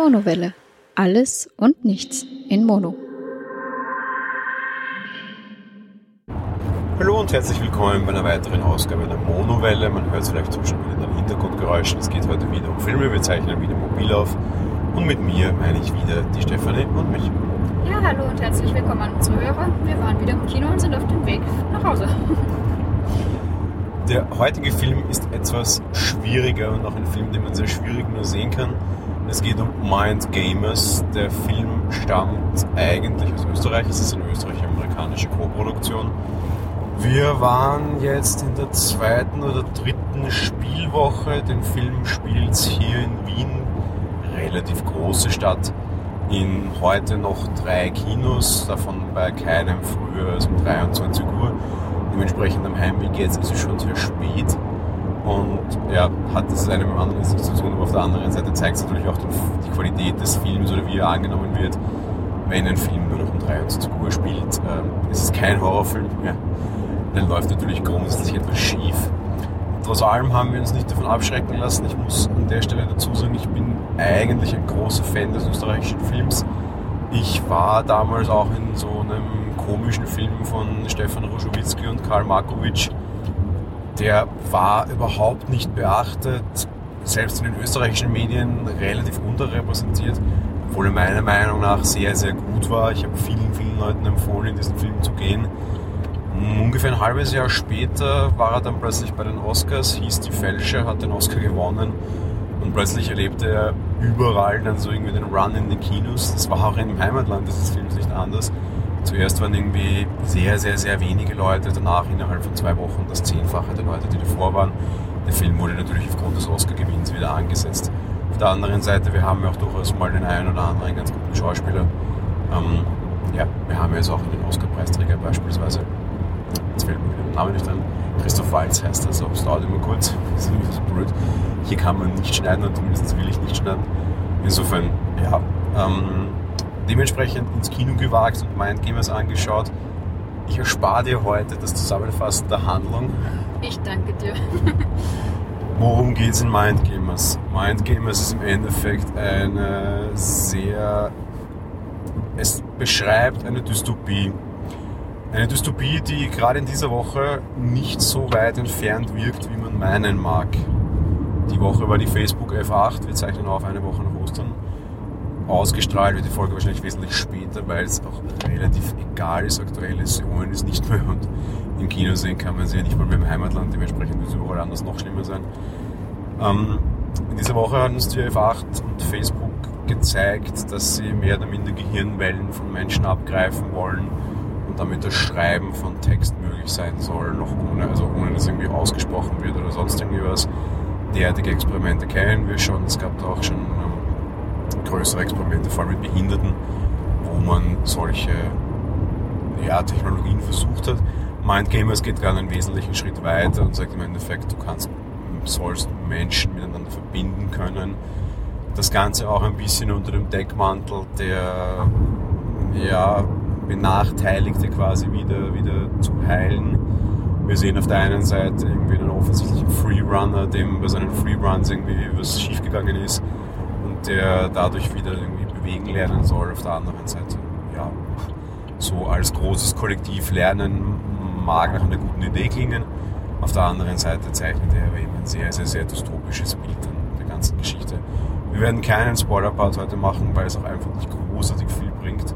Monowelle. Alles und nichts in Mono. Hallo und herzlich willkommen bei einer weiteren Ausgabe der Monowelle. Man hört es vielleicht zwischendurch in den Hintergrundgeräuschen. Es geht heute wieder um Filme, wir zeichnen wieder mobil auf. Und mit mir meine ich wieder die Stefanie und mich. Ja, hallo und herzlich willkommen an unsere Hörer. Wir waren wieder im Kino und sind auf dem Weg nach Hause. Der heutige Film ist etwas schwieriger und auch ein Film, den man sehr schwierig nur sehen kann. Es geht um Mind Gamers. Der Film stammt eigentlich aus Österreich. Es ist eine österreichisch-amerikanische Co-Produktion. Wir waren jetzt in der zweiten oder dritten Spielwoche. Den Film spielt hier in Wien, relativ große Stadt, in heute noch 3 Kinos, davon bei keinem früher als um 23 Uhr. Dementsprechend am Heimweg jetzt ist es schon sehr spät und ja, hat das eine mit dem anderen nichts zu tun, aber auf der anderen Seite zeigt es natürlich auch die Qualität des Films oder wie er angenommen wird, wenn ein Film nur noch um 23 Uhr spielt. Es ist kein Horrorfilm mehr, dann läuft natürlich grundsätzlich etwas schief. Trotz allem haben wir uns nicht davon abschrecken lassen. Ich muss an der Stelle dazu sagen, ich bin eigentlich ein großer Fan des österreichischen Films. Ich war damals auch in so einem komischen Film von Stefan Ruschowitzki und Karl Markowitsch. Der war überhaupt nicht beachtet, selbst in den österreichischen Medien relativ unterrepräsentiert, obwohl er meiner Meinung nach sehr, sehr gut war. Ich habe vielen Leuten empfohlen, in diesen Film zu gehen. Ungefähr ein halbes Jahr später war er dann plötzlich bei den Oscars, hieß Die Fälscher, hat den Oscar gewonnen und plötzlich erlebte er überall dann so irgendwie den Run in den Kinos. Das war auch im Heimatland dieses Films nicht anders. Zuerst waren irgendwie sehr, sehr, sehr wenige Leute, danach innerhalb von 2 Wochen das 10-fache der Leute, die davor waren. Der Film wurde natürlich aufgrund des Oscar-Gewinns wieder angesetzt. Auf der anderen Seite, wir haben ja auch durchaus mal den einen oder anderen ganz guten Schauspieler. Wir haben ja jetzt auch einen Oscar-Preisträger beispielsweise. Jetzt fällt mir der Name nicht ein. Christoph Waltz heißt das, aber es dauert immer kurz. Das ist irgendwie so blöd. Hier kann man nicht schneiden und zumindest will ich nicht schneiden. Insofern, dementsprechend ins Kino gewagt und Mind Gamers angeschaut. Ich erspare dir heute das Zusammenfassen der Handlung. Ich danke dir. Worum geht es in Mind Gamers? Mind Gamers ist im Endeffekt es beschreibt eine Dystopie. Eine Dystopie, die gerade in dieser Woche nicht so weit entfernt wirkt, wie man meinen mag. Die Woche war die Facebook F8, wir zeichnen auf eine Woche nach Ostern. Ausgestrahlt wird die Folge wahrscheinlich wesentlich später, weil es auch relativ egal ist. Aktuelle Sessionen ist nicht mehr und im Kino sehen kann man sie ja nicht mal mehr im Heimatland, dementsprechend wird es überall anders noch schlimmer sein. In dieser Woche hat uns die F8 und Facebook gezeigt, dass sie mehr oder minder Gehirnwellen von Menschen abgreifen wollen und damit das Schreiben von Text möglich sein soll, noch ohne dass irgendwie ausgesprochen wird oder sonst irgendwie was. Derartige Experimente kennen wir schon. Es gab da auch schon größere Experimente, vor allem mit Behinderten, wo man solche Technologien versucht hat. Mind Gamers geht gerade einen wesentlichen Schritt weiter und sagt im Endeffekt, du sollst Menschen miteinander verbinden können. Das Ganze auch ein bisschen unter dem Deckmantel der Benachteiligte quasi wieder zu heilen. Wir sehen auf der einen Seite irgendwie einen offensichtlichen Freerunner, dem bei seinen Freeruns irgendwie was schiefgegangen ist und der dadurch wieder irgendwie bewegen lernen soll. Auf der anderen Seite, so als großes Kollektiv lernen mag nach einer guten Idee klingen. Auf der anderen Seite zeichnet er eben ein sehr, sehr, sehr dystopisches Bild an der ganzen Geschichte. Wir werden keinen Spoiler-Part heute machen, weil es auch einfach nicht großartig viel bringt.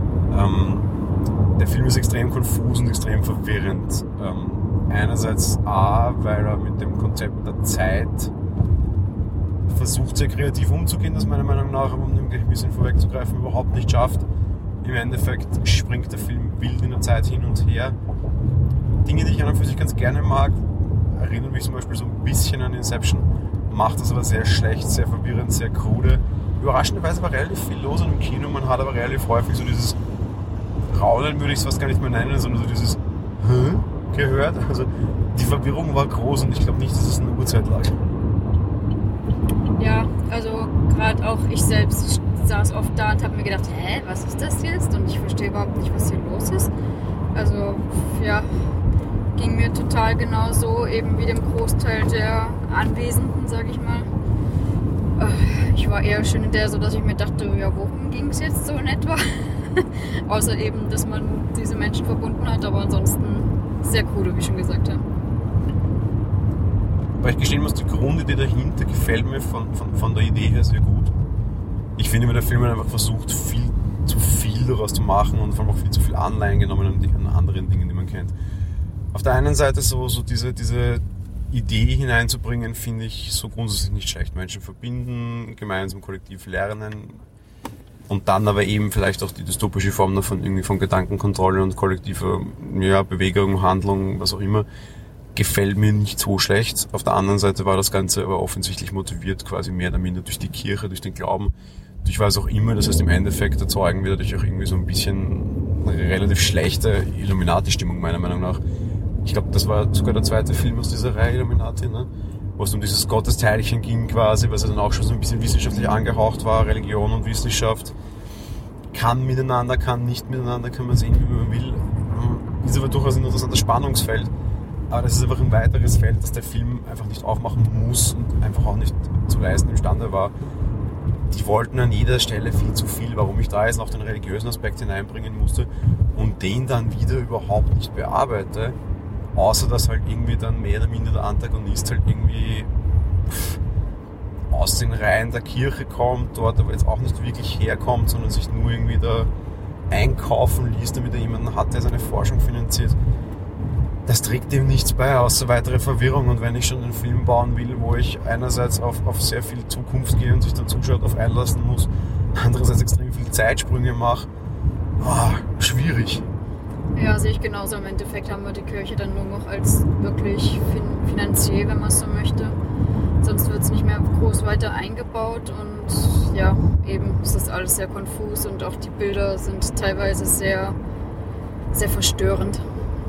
Der Film ist extrem konfus und extrem verwirrend. Einerseits weil er mit dem Konzept der Zeit versucht, sehr kreativ umzugehen, das meiner Meinung nach, aber um dem ein bisschen vorwegzugreifen, überhaupt nicht schafft. Im Endeffekt springt der Film wild in der Zeit hin und her. Dinge, die ich an und für sich ganz gerne mag, erinnern mich zum Beispiel so ein bisschen an Inception, macht das aber sehr schlecht, sehr verwirrend, sehr krude. Überraschenderweise war relativ viel los im Kino, man hat aber relativ häufig so dieses Raunen, würde ich es fast gar nicht mehr nennen, sondern so dieses gehört. Also die Verwirrung war groß und ich glaube nicht, dass es eine Uhrzeit lag. Ja, also gerade auch ich selbst saß oft da und habe mir gedacht, was ist das jetzt? Und ich verstehe überhaupt nicht, was hier los ist. Also ging mir total genauso, eben wie dem Großteil der Anwesenden, sage ich mal. Ich war eher schön in der, so dass ich mir dachte, ja, worum ging es jetzt so in etwa? Außer eben, dass man diese Menschen verbunden hat, aber ansonsten sehr cool, wie ich schon gesagt habe. Weil ich gestehen muss, die Grundidee dahinter gefällt mir von der Idee her sehr gut. Ich finde, der Film hat einfach versucht, viel zu viel daraus zu machen und vor allem auch viel zu viel Anleihen genommen an anderen Dingen, die man kennt. Auf der einen Seite so diese Idee hineinzubringen, finde ich so grundsätzlich nicht schlecht. Menschen verbinden, gemeinsam kollektiv lernen und dann aber eben vielleicht auch die dystopische Form davon, von Gedankenkontrolle und kollektiver Bewegung, Handlung, was auch immer, gefällt mir nicht so schlecht. Auf der anderen Seite war das Ganze aber offensichtlich motiviert, quasi mehr oder minder durch die Kirche, durch den Glauben, durch was auch immer. Das heißt, im Endeffekt erzeugen wir dadurch auch irgendwie so ein bisschen eine relativ schlechte Illuminati-Stimmung, meiner Meinung nach. Ich glaube, das war sogar der zweite Film aus dieser Reihe Illuminati, ne? Wo es um dieses Gottesteilchen ging quasi, was ja dann auch schon so ein bisschen wissenschaftlich angehaucht war. Religion und Wissenschaft kann miteinander, kann nicht miteinander, kann man sehen, wie man will. Ist aber durchaus ein interessantes Spannungsfeld. Aber das ist einfach ein weiteres Feld, das der Film einfach nicht aufmachen muss und einfach auch nicht zu leisten imstande war. Die wollten an jeder Stelle viel zu viel, warum ich da jetzt noch den religiösen Aspekt hineinbringen musste und den dann wieder überhaupt nicht bearbeite, außer dass halt irgendwie dann mehr oder minder der Antagonist halt irgendwie aus den Reihen der Kirche kommt, dort aber jetzt auch nicht wirklich herkommt, sondern sich nur irgendwie da einkaufen ließ, damit er jemanden hat, der seine Forschung finanziert. Das trägt dem nichts bei, außer weitere Verwirrung. Und wenn ich schon einen Film bauen will, wo ich einerseits auf sehr viel Zukunft gehe und sich der Zuschauer darauf einlassen muss, andererseits extrem viel Zeitsprünge mache, schwierig. Ja, sehe ich genauso. Im Endeffekt haben wir die Kirche dann nur noch als wirklich Finanzier, wenn man es so möchte. Sonst wird es nicht mehr groß weiter eingebaut und ja, eben ist das alles sehr konfus und auch die Bilder sind teilweise sehr, sehr verstörend.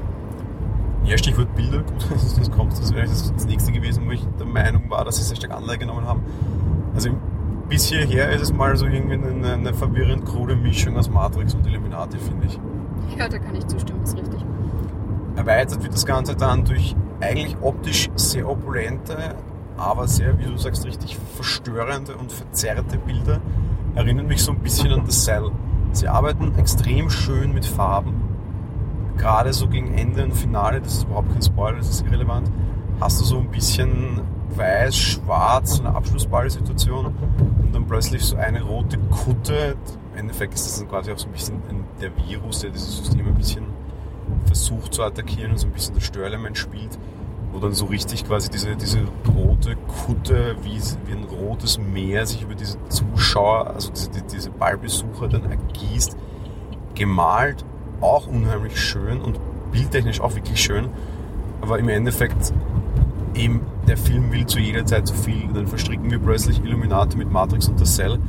Ja, Stichwort Bilder, das wäre das nächste gewesen, wo ich der Meinung war, dass sie sehr stark Anleihe genommen haben. Also bis hierher ist es mal so irgendwie eine verwirrend krude Mischung aus Matrix und Illuminati, finde ich. Ja, da kann ich zustimmen, ist richtig. Erweitert wird das Ganze dann durch eigentlich optisch sehr opulente, aber sehr, wie du sagst, richtig verstörende und verzerrte Bilder. Erinnert mich so ein bisschen an The Cell. Sie arbeiten extrem schön mit Farben. Gerade so gegen Ende und Finale, das ist überhaupt kein Spoiler, das ist irrelevant, hast du so ein bisschen weiß, schwarz, so eine Abschlussball-Situation und dann plötzlich so eine rote Kutte. Im Endeffekt ist das dann quasi auch so ein bisschen der Virus, der dieses System ein bisschen versucht zu attackieren und so ein bisschen das Störelement spielt, wo dann so richtig quasi diese rote Kutte wie ein rotes Meer sich über diese Zuschauer, also diese Ballbesucher dann ergießt, gemalt. Auch unheimlich schön und bildtechnisch auch wirklich schön, aber im Endeffekt eben der Film will zu jeder Zeit zu viel, dann verstricken wir plötzlich Illuminati mit Matrix und The Cell.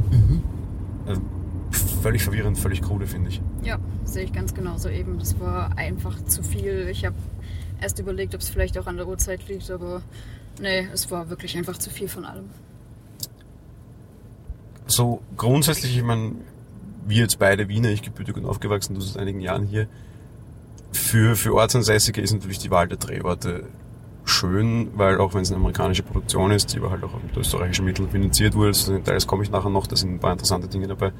Also völlig verwirrend, völlig krude, finde ich. Ja, sehe ich ganz genauso eben. Das war einfach zu viel. Ich habe erst überlegt, ob es vielleicht auch an der Uhrzeit liegt, aber nee, es war wirklich einfach zu viel von allem. So grundsätzlich, ich meine, wir jetzt beide Wiener, ich gebürtig und aufgewachsen, du seit einigen Jahren hier. Für Ortsansässige ist natürlich die Wahl der Drehorte schön, weil auch wenn es eine amerikanische Produktion ist, die aber halt auch mit österreichischen Mitteln finanziert wurde, also teils komme ich nachher noch, da sind ein paar interessante Dinge dabei.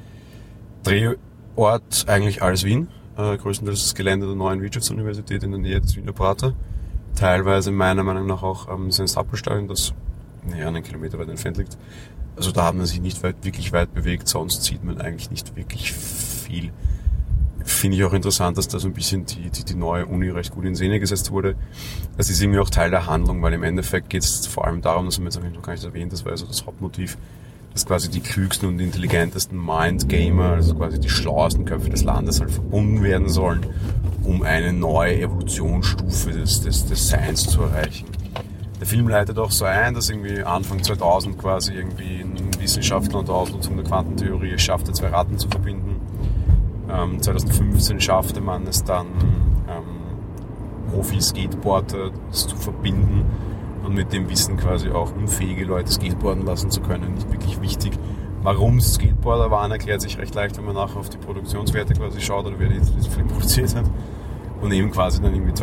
Drehort eigentlich alles Wien, größtenteils das Gelände der Neuen Wirtschaftsuniversität in der Nähe des Wiener Prater. Teilweise meiner Meinung nach auch sein Sappelstadion, das einen Kilometer weit entfernt liegt. Also da hat man sich nicht wirklich weit bewegt, sonst sieht man eigentlich nicht wirklich viel. Finde ich auch interessant, dass da so ein bisschen die neue Uni recht gut in Szene gesetzt wurde. Das ist irgendwie auch Teil der Handlung, weil im Endeffekt geht es vor allem darum, das haben wir jetzt eigentlich noch gar nicht erwähnt, das war also das Hauptmotiv, dass quasi die klügsten und intelligentesten Mindgamer, also quasi die schlauesten Köpfe des Landes halt verbunden werden sollen, um eine neue Evolutionsstufe des Seins zu erreichen. Der Film leitet auch so ein, dass irgendwie Anfang 2000 quasi irgendwie ein Wissenschaftler unter Ausnutzung der Quantentheorie es schaffte, zwei Ratten zu verbinden. 2015 schaffte man es dann, Profi-Skateboarder zu verbinden und mit dem Wissen quasi auch unfähige Leute skateboarden lassen zu können. Nicht wirklich wichtig. Warum es Skateboarder waren, erklärt sich recht leicht, wenn man nachher auf die Produktionswerte quasi schaut oder wer diesen Film produziert hat. Und eben quasi dann irgendwie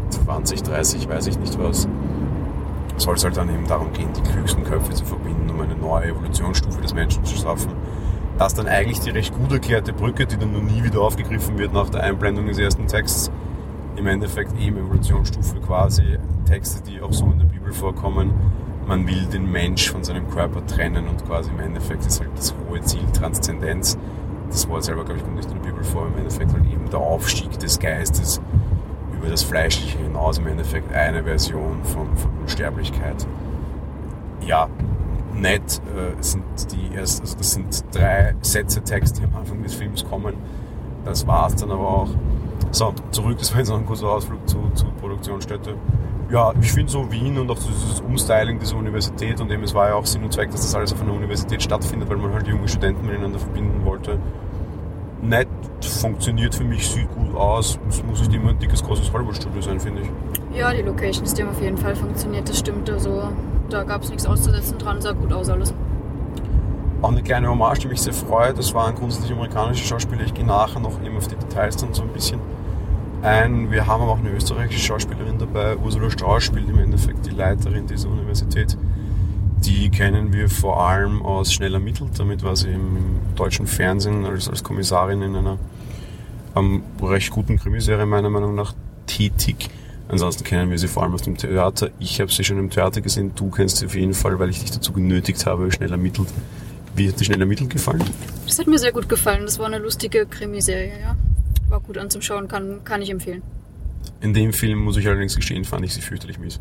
2020, 30, weiß ich nicht was, soll es halt dann eben darum gehen, die klügsten Köpfe zu verbinden, um eine neue Evolutionsstufe des Menschen zu schaffen, dass dann eigentlich die recht gut erklärte Brücke, die dann noch nie wieder aufgegriffen wird nach der Einblendung des ersten Texts, im Endeffekt eben Evolutionsstufe quasi, Texte, die auch so in der Bibel vorkommen. Man will den Mensch von seinem Körper trennen und quasi im Endeffekt ist halt das hohe Ziel Transzendenz. Das Wort selber, glaube ich, kommt nicht in der Bibel vor. Im Endeffekt halt eben der Aufstieg des Geistes über das Fleischliche hinaus. Im Endeffekt eine Version von Unsterblichkeit. Ja, nett sind das sind 3 Sätze Text, die am Anfang des Films kommen. Das war's dann aber auch. So, zurück, das war jetzt noch ein kurzer Ausflug zur Produktionsstätte. Ja, ich finde so Wien und auch dieses Umstyling dieser Universität und eben es war ja auch Sinn und Zweck, dass das alles auf einer Universität stattfindet, weil man halt junge Studenten miteinander verbinden wollte. Nett, funktioniert für mich, sieht gut aus. Es muss nicht immer ein dickes, großes Hollywood-Studio sein, finde ich. Ja, die Locations, die haben auf jeden Fall funktioniert, das stimmt. Also da gab es nichts auszusetzen dran, sah gut aus alles. Auch eine kleine Hommage, die mich sehr freut. Das waren grundsätzlich amerikanische Schauspieler. Ich gehe nachher noch eben auf die Details dann so ein bisschen ein. Wir haben aber auch eine österreichische Schauspielerin dabei. Ursula Strauß spielt im Endeffekt die Leiterin dieser Universität. Die kennen wir vor allem aus Schnell ermittelt. Damit war sie im deutschen Fernsehen als Kommissarin in einer recht guten Krimiserie meiner Meinung nach tätig. Ansonsten kennen wir sie vor allem aus dem Theater. Ich habe sie schon im Theater gesehen. Du kennst sie auf jeden Fall, weil ich dich dazu genötigt habe, Schnell ermittelt. Wie hat dir Schnell ermittelt gefallen? Das hat mir sehr gut gefallen. Das war eine lustige Krimiserie, ja. War gut anzuschauen, kann ich empfehlen. In dem Film, muss ich allerdings gestehen, fand ich sie fürchterlich mies.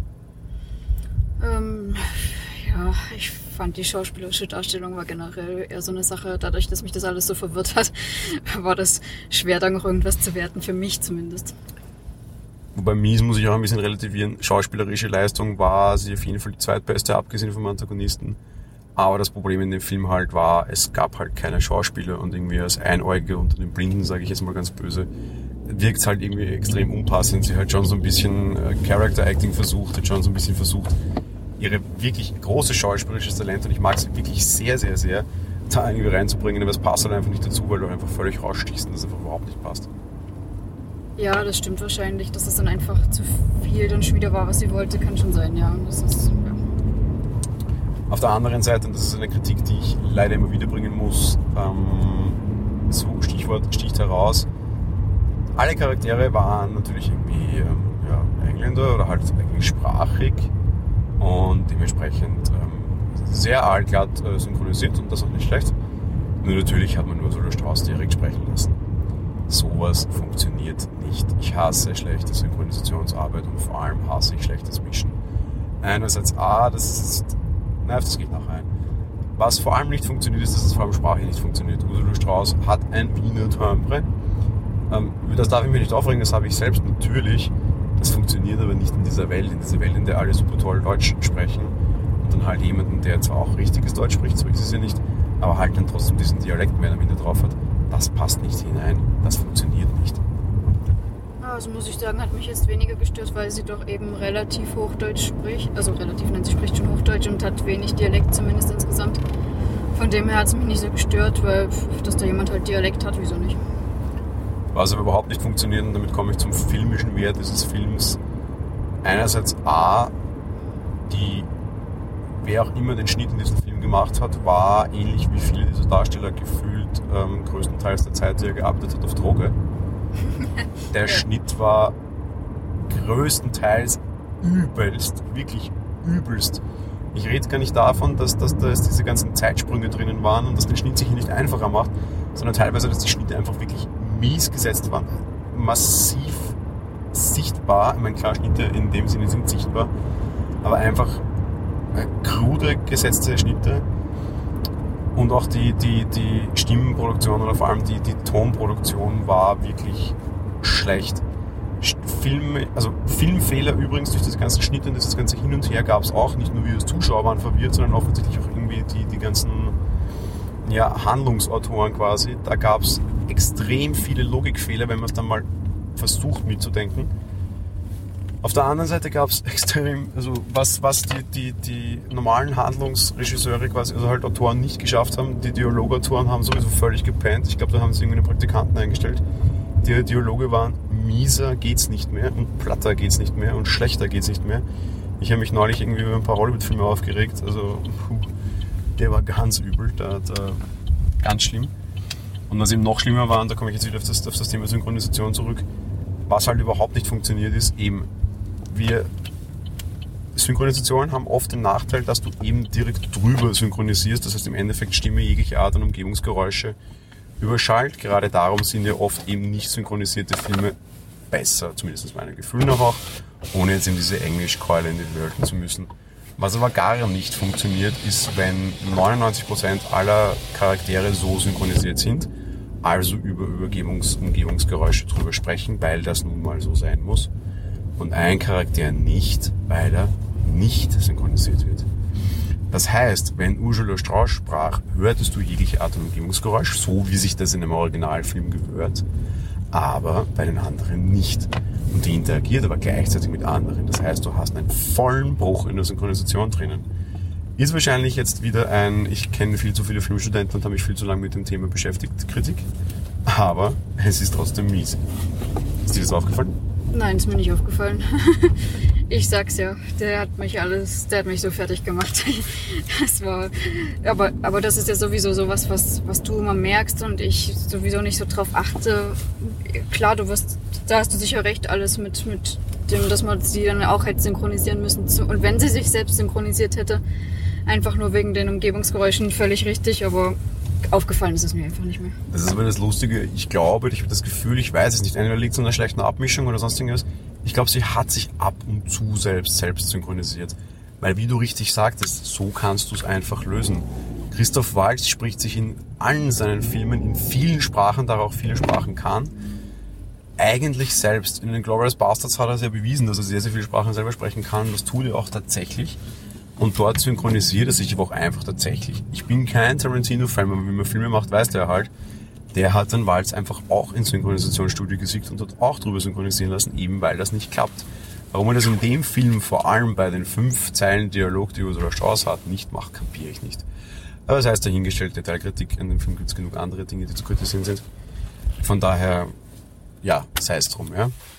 Ja, ich fand die schauspielerische Darstellung war generell eher so eine Sache. Dadurch, dass mich das alles so verwirrt hat, war das schwer, da noch irgendwas zu werten, für mich zumindest. Wobei mies muss ich auch ein bisschen relativieren. Schauspielerische Leistung war sie auf jeden Fall die zweitbeste, abgesehen vom Antagonisten. Aber das Problem in dem Film halt war, es gab halt keine Schauspieler und irgendwie als Einäugige unter den Blinden, sage ich jetzt mal ganz böse, wirkt es halt irgendwie extrem unpassend. Sie hat schon so ein bisschen Character Acting versucht, hat schon so ein bisschen versucht, ihre wirklich große schauspielerisches Talent, und ich mag sie wirklich sehr, sehr, sehr, da irgendwie reinzubringen, aber es passt halt einfach nicht dazu, weil du einfach völlig rausstichst und das einfach überhaupt nicht passt. Ja, das stimmt wahrscheinlich, dass es dann einfach zu viel dann schon wieder war, was sie wollte, kann schon sein, ja. Das ist, ja. Auf der anderen Seite, und das ist eine Kritik, die ich leider immer wieder bringen muss, so Stichwort sticht heraus, alle Charaktere waren natürlich irgendwie Engländer oder halt englischsprachig und dementsprechend sehr allglatt synchronisiert und das auch nicht schlecht. Nur natürlich hat man nur Ursula Strauß direkt sprechen lassen. Sowas funktioniert nicht. Ich hasse schlechte Synchronisationsarbeit und vor allem hasse ich schlechtes Mischen. Einerseits das geht nachher ein. Was vor allem nicht funktioniert, ist, dass es vor allem sprachlich nicht funktioniert. Ursula Strauß hat ein Wiener Timbre. Über das darf ich mich nicht aufregen, das habe ich selbst natürlich. Das funktioniert aber nicht in dieser Welt, in der alle super toll Deutsch sprechen. Und dann halt jemanden, der zwar auch richtiges Deutsch spricht, so ist es ja nicht, aber halt dann trotzdem diesen Dialekt mehr oder minder drauf hat. Das passt nicht hinein. Das funktioniert nicht. Also muss ich sagen, hat mich jetzt weniger gestört, weil sie doch eben relativ Hochdeutsch spricht. Also relativ, nein, sie spricht schon Hochdeutsch und hat wenig Dialekt zumindest insgesamt. Von dem her hat es mich nicht so gestört, weil dass da jemand halt Dialekt hat, wieso nicht? Was aber überhaupt nicht funktioniert, und damit komme ich zum filmischen Wert dieses Films. Einerseits wer auch immer den Schnitt in diesem Film gemacht hat, war ähnlich wie viele dieser Darsteller gefühlt größtenteils der Zeit, die er gearbeitet hat, auf Droge. Der Schnitt war größtenteils übelst, wirklich übelst. Ich rede gar nicht davon, dass da diese ganzen Zeitsprünge drinnen waren und dass den Schnitt sich hier nicht einfacher macht, sondern teilweise, dass die Schnitte einfach wirklich mies gesetzt waren. Massiv sichtbar, ich meine, klar, Schnitte in dem Sinne sind sichtbar, aber einfach krude gesetzte Schnitte. Und auch die Stimmenproduktion oder vor allem die Tonproduktion war wirklich schlecht. Filmfehler übrigens durch das ganze Schnitt und das ganze Hin und Her gab es auch. Nicht nur wir als Zuschauer waren verwirrt, sondern offensichtlich auch irgendwie die ganzen Handlungsautoren quasi. Da gab es extrem viele Logikfehler, wenn man es dann mal versucht mitzudenken. Auf der anderen Seite gab es extrem, also was die normalen Handlungsregisseure quasi, also halt Autoren nicht geschafft haben, die Dialogautoren haben sowieso völlig gepennt. Ich glaube, da haben sie irgendwie einen Praktikanten eingestellt. Die Dialoge waren mieser geht's nicht mehr und platter geht's nicht mehr und schlechter geht's nicht mehr. Ich habe mich neulich irgendwie über ein paar Hollywood-Filme aufgeregt, also der war ganz übel, der ganz schlimm. Und was eben noch schlimmer war, und da komme ich jetzt wieder auf das Thema Synchronisation zurück, was halt überhaupt nicht funktioniert, ist eben, Synchronisationen haben oft den Nachteil, dass du eben direkt drüber synchronisierst, das heißt im Endeffekt Stimme jegliche Art und Umgebungsgeräusche überschallt. Gerade darum sind ja oft eben nicht synchronisierte Filme besser, zumindest meinem Gefühl nach auch, ohne jetzt in diese Englischkeule in die halten zu müssen. Was aber gar nicht funktioniert, ist, wenn 99% aller Charaktere so synchronisiert sind, also über Umgebungsgeräusche drüber sprechen, weil das nun mal so sein muss, und ein Charakter nicht, weil er nicht synchronisiert wird. Das heißt, wenn Ursula Strauß sprach, hörtest du jegliche Art und Umgebungsgeräusch, so wie sich das in einem Originalfilm gehört, aber bei den anderen nicht. Und die interagiert aber gleichzeitig mit anderen. Das heißt, du hast einen vollen Bruch in der Synchronisation drinnen. Ist wahrscheinlich jetzt wieder ich kenne viel zu viele Filmstudenten und habe mich viel zu lange mit dem Thema beschäftigt, Kritik. Aber es ist trotzdem mies. Ist dir das aufgefallen? Nein, ist mir nicht aufgefallen. Ich sag's ja, der hat mich so fertig gemacht. Das war, aber das ist ja sowieso sowas, was du immer merkst und ich sowieso nicht so drauf achte. Klar, da hast du sicher recht, alles mit dem, dass man sie dann auch hätte synchronisieren müssen. Und wenn sie sich selbst synchronisiert hätte, einfach nur wegen den Umgebungsgeräuschen, völlig richtig, aber aufgefallen ist es mir einfach nicht mehr. Das ist aber das Lustige, ich habe das Gefühl, ich weiß es nicht, entweder liegt es an einer schlechten Abmischung oder sonst irgendwas. Ich glaube, sie hat sich ab und zu selbst synchronisiert. Weil, wie du richtig sagtest, so kannst du es einfach lösen. Christoph Waltz spricht sich in allen seinen Filmen in vielen Sprachen, da er auch viele Sprachen kann, eigentlich selbst. In den Glorious Bastards hat er es ja bewiesen, dass er sehr, sehr viele Sprachen selber sprechen kann. Und das tut er auch tatsächlich. Und dort synchronisiert er sich aber auch einfach tatsächlich. Ich bin kein Tarantino-Fan, aber wenn man Filme macht, weiß der halt, der hat den Waltz einfach auch ins Synchronisationsstudio geschickt und dort auch drüber synchronisieren lassen, eben weil das nicht klappt. Warum er das in dem Film, vor allem bei den 5 Zeilen Dialog, die Ursula Strauß hat, nicht macht, kapiere ich nicht. Aber das heißt dahingestellt, Detailkritik, an dem Film gibt es genug andere Dinge, die zu kritisieren sind. Von daher, ja, sei es drum,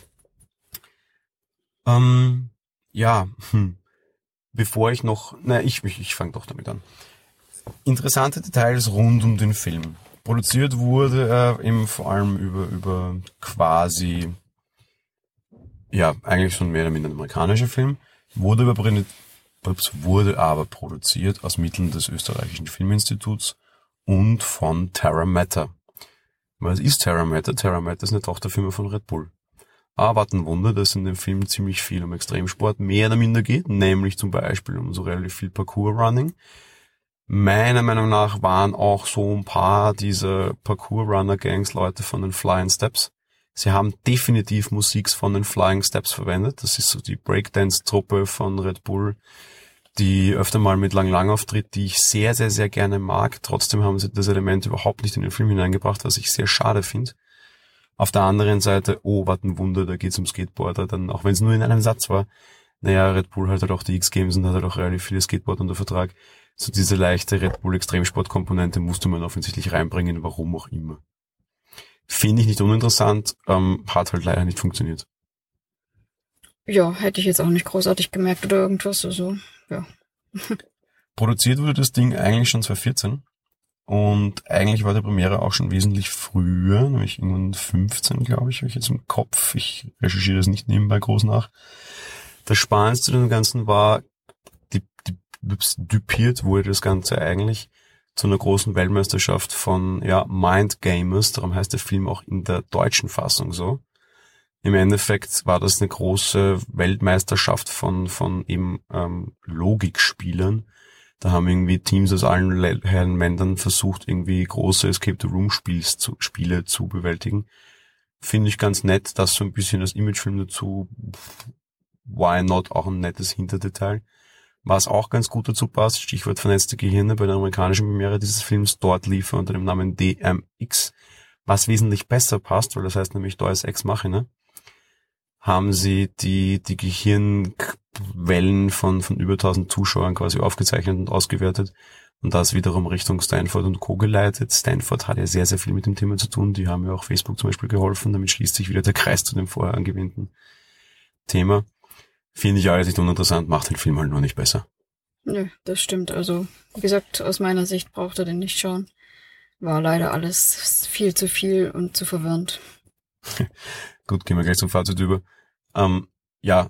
ja. Bevor ich noch, ich fange doch damit an. Interessante Details rund um den Film. Produziert wurde er eben vor allem über quasi, ja, eigentlich schon mehr oder minder ein amerikanischer Film, wurde aber produziert aus Mitteln des österreichischen Filminstituts und von Terra Matter. Was ist Terra Matter? Terra Matter ist eine Tochterfirma von Red Bull. Aber was ein Wunder, dass in dem Film ziemlich viel um Extremsport mehr oder minder geht, nämlich zum Beispiel um so relativ viel Parkour-Running. Meiner Meinung nach waren auch so ein paar dieser Parkour-Runner-Gangs Leute von den Flying Steps. Sie haben definitiv Musik von den Flying Steps verwendet. Das ist so die Breakdance-Truppe von Red Bull, die öfter mal mit Lang Lang auftritt, die ich sehr, sehr, sehr gerne mag. Trotzdem haben sie das Element überhaupt nicht in den Film hineingebracht, was ich sehr schade finde. Auf der anderen Seite, oh, was ein Wunder, da geht's um Skateboarder, dann, auch wenn es nur in einem Satz war. Naja, Red Bull hat halt auch die X-Games und hat halt auch relativ viele Skateboarder unter Vertrag. So diese leichte Red Bull Extremsport-Komponente musste man offensichtlich reinbringen, warum auch immer. Finde ich nicht uninteressant, hat halt leider nicht funktioniert. Ja, hätte ich jetzt auch nicht großartig gemerkt oder irgendwas, also, ja. Produziert wurde das Ding eigentlich schon 2014 und eigentlich war die Premiere auch schon wesentlich früher, nämlich irgendwann 15, glaube ich, habe ich jetzt im Kopf. Ich recherchiere das nicht nebenbei groß nach. Das Spannendste an dem Ganzen war, düpiert wurde das Ganze eigentlich zu einer großen Weltmeisterschaft von Mind Gamers, darum heißt der Film auch in der deutschen Fassung so. Im Endeffekt war das eine große Weltmeisterschaft von eben Logikspielern. Da haben irgendwie Teams aus allen Herren Ländern versucht, irgendwie große Escape-the-Room-Spiele zu bewältigen. Finde ich ganz nett, dass so ein bisschen das Imagefilm dazu, why not, auch ein nettes Hinterdetail. Was auch ganz gut dazu passt, Stichwort vernetzte Gehirne, bei der amerikanischen Premiere dieses Films, dort lief er unter dem Namen DMX, was wesentlich besser passt, weil das heißt nämlich Deus Ex Machina, haben sie die Gehirnwellen von über 1000 Zuschauern quasi aufgezeichnet und ausgewertet und das wiederum Richtung Stanford und Co. geleitet. Stanford hat ja sehr, sehr viel mit dem Thema zu tun, die haben ja auch Facebook zum Beispiel geholfen, damit schließt sich wieder der Kreis zu dem vorher angewandten Thema. Finde ich alles nicht uninteressant, macht den Film halt nur nicht besser. Nö, das stimmt. Also, wie gesagt, aus meiner Sicht braucht er den nicht schauen. War leider alles viel zu viel und zu verwirrend. Gut, gehen wir gleich zum Fazit über. Ja,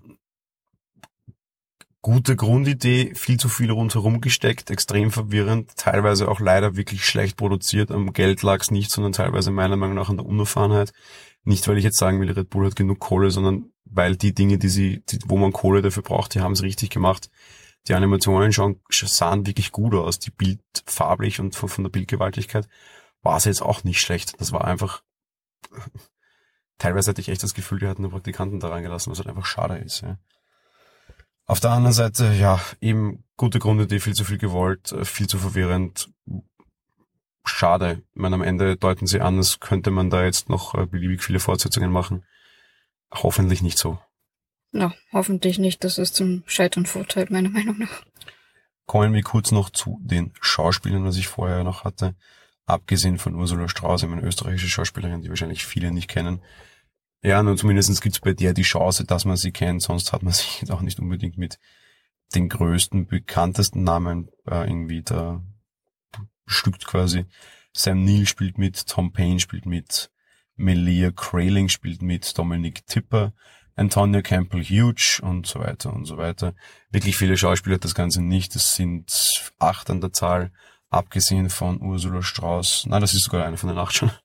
gute Grundidee, viel zu viel rundherum gesteckt, extrem verwirrend, teilweise auch leider wirklich schlecht produziert. Am Geld lag es nicht, sondern teilweise meiner Meinung nach an der Unerfahrenheit. Nicht, weil ich jetzt sagen will, Red Bull hat genug Kohle, sondern weil die Dinge, wo man Kohle dafür braucht, die haben es richtig gemacht. Die Animationen sahen wirklich gut aus. Die Bild farblich und von der Bildgewaltigkeit war es jetzt auch nicht schlecht. Das war einfach, teilweise hatte ich echt das Gefühl, die hatten nur Praktikanten da reingelassen, was halt einfach schade ist. Ja. Auf der anderen Seite, ja, eben gute Grundidee, viel zu viel gewollt, viel zu verwirrend. Schade. Ich meine, am Ende deuten sie an, als könnte man da jetzt noch beliebig viele Fortsetzungen machen. Hoffentlich nicht so. Na, hoffentlich nicht. Das ist zum Scheitern verurteilt, meiner Meinung nach. Kommen wir kurz noch zu den Schauspielern, was ich vorher noch hatte. Abgesehen von Ursula Strauß, eine österreichische Schauspielerin, die wahrscheinlich viele nicht kennen. Ja, nur zumindest gibt's bei der die Chance, dass man sie kennt, sonst hat man sich jetzt auch nicht unbedingt mit den größten, bekanntesten Namen irgendwie da bestückt quasi. Sam Neill spielt mit, Tom Payne spielt mit, Melia Grayling spielt mit, Dominic Tipper, Antonia Campbell-Hughes und so weiter und so weiter. Wirklich viele Schauspieler hat das Ganze nicht, es sind 8 an der Zahl, abgesehen von Ursula Strauß. Nein, das ist sogar eine von den 8 schon.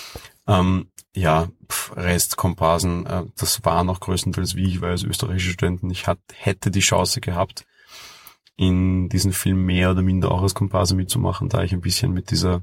Rest, Komparsen, das war noch größtenteils wie ich war als österreichische Studenten. Ich hätte die Chance gehabt, in diesem Film mehr oder minder auch als Komparse mitzumachen, da ich ein bisschen mit dieser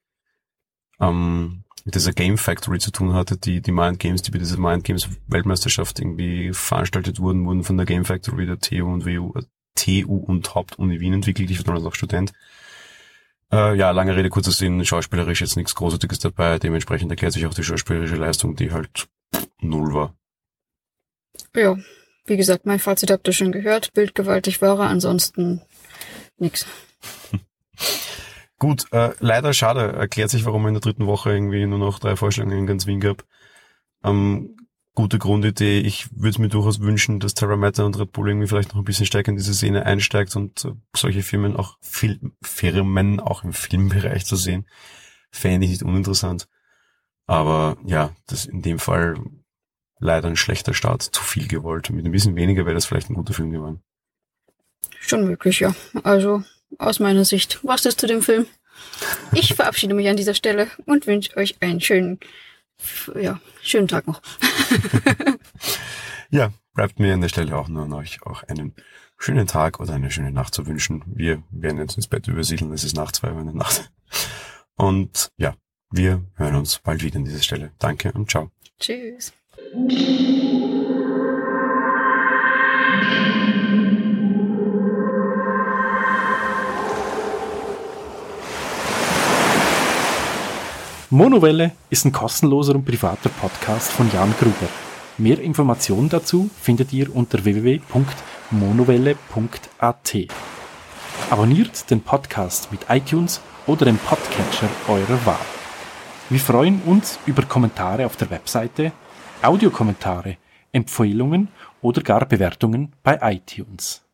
Game Factory zu tun hatte. Die Mind Games, die bei dieser Mind Games Weltmeisterschaft irgendwie veranstaltet wurden von der Game Factory, der TU und Hauptuni Wien entwickelt. Ich war damals noch Student. Lange Rede, kurzer Sinn, schauspielerisch jetzt nichts Großartiges dabei, dementsprechend erklärt sich auch die schauspielerische Leistung, die halt 0 war. Ja, wie gesagt, mein Fazit habt ihr schon gehört, bildgewaltig war er, ansonsten nix. Gut, leider schade, erklärt sich, warum er in der 3. Woche irgendwie nur noch 3 Vorstellungen in ganz Wien gab. Gute Grundidee. Ich würde es mir durchaus wünschen, dass Terra Matter und Red Bull irgendwie vielleicht noch ein bisschen stärker in diese Szene einsteigt und solche Firmen auch im Filmbereich zu sehen, fände ich nicht uninteressant. Aber ja, das in dem Fall leider ein schlechter Start, zu viel gewollt. Mit ein bisschen weniger wäre das vielleicht ein guter Film geworden. Schon möglich, ja. Also aus meiner Sicht war's das zu dem Film. Ich verabschiede mich an dieser Stelle und wünsche euch einen schönen Tag noch. Ja, bleibt mir an der Stelle auch nur an euch auch einen schönen Tag oder eine schöne Nacht zu wünschen. Wir werden jetzt ins Bett übersiedeln, es ist nach 2 Uhr in der Nacht. Und ja, wir hören uns bald wieder an dieser Stelle. Danke und ciao. Tschüss. Monowelle ist ein kostenloser und privater Podcast von Jan Gruber. Mehr Informationen dazu findet ihr unter www.monowelle.at. Abonniert den Podcast mit iTunes oder dem Podcatcher eurer Wahl. Wir freuen uns über Kommentare auf der Webseite, Audiokommentare, Empfehlungen oder gar Bewertungen bei iTunes.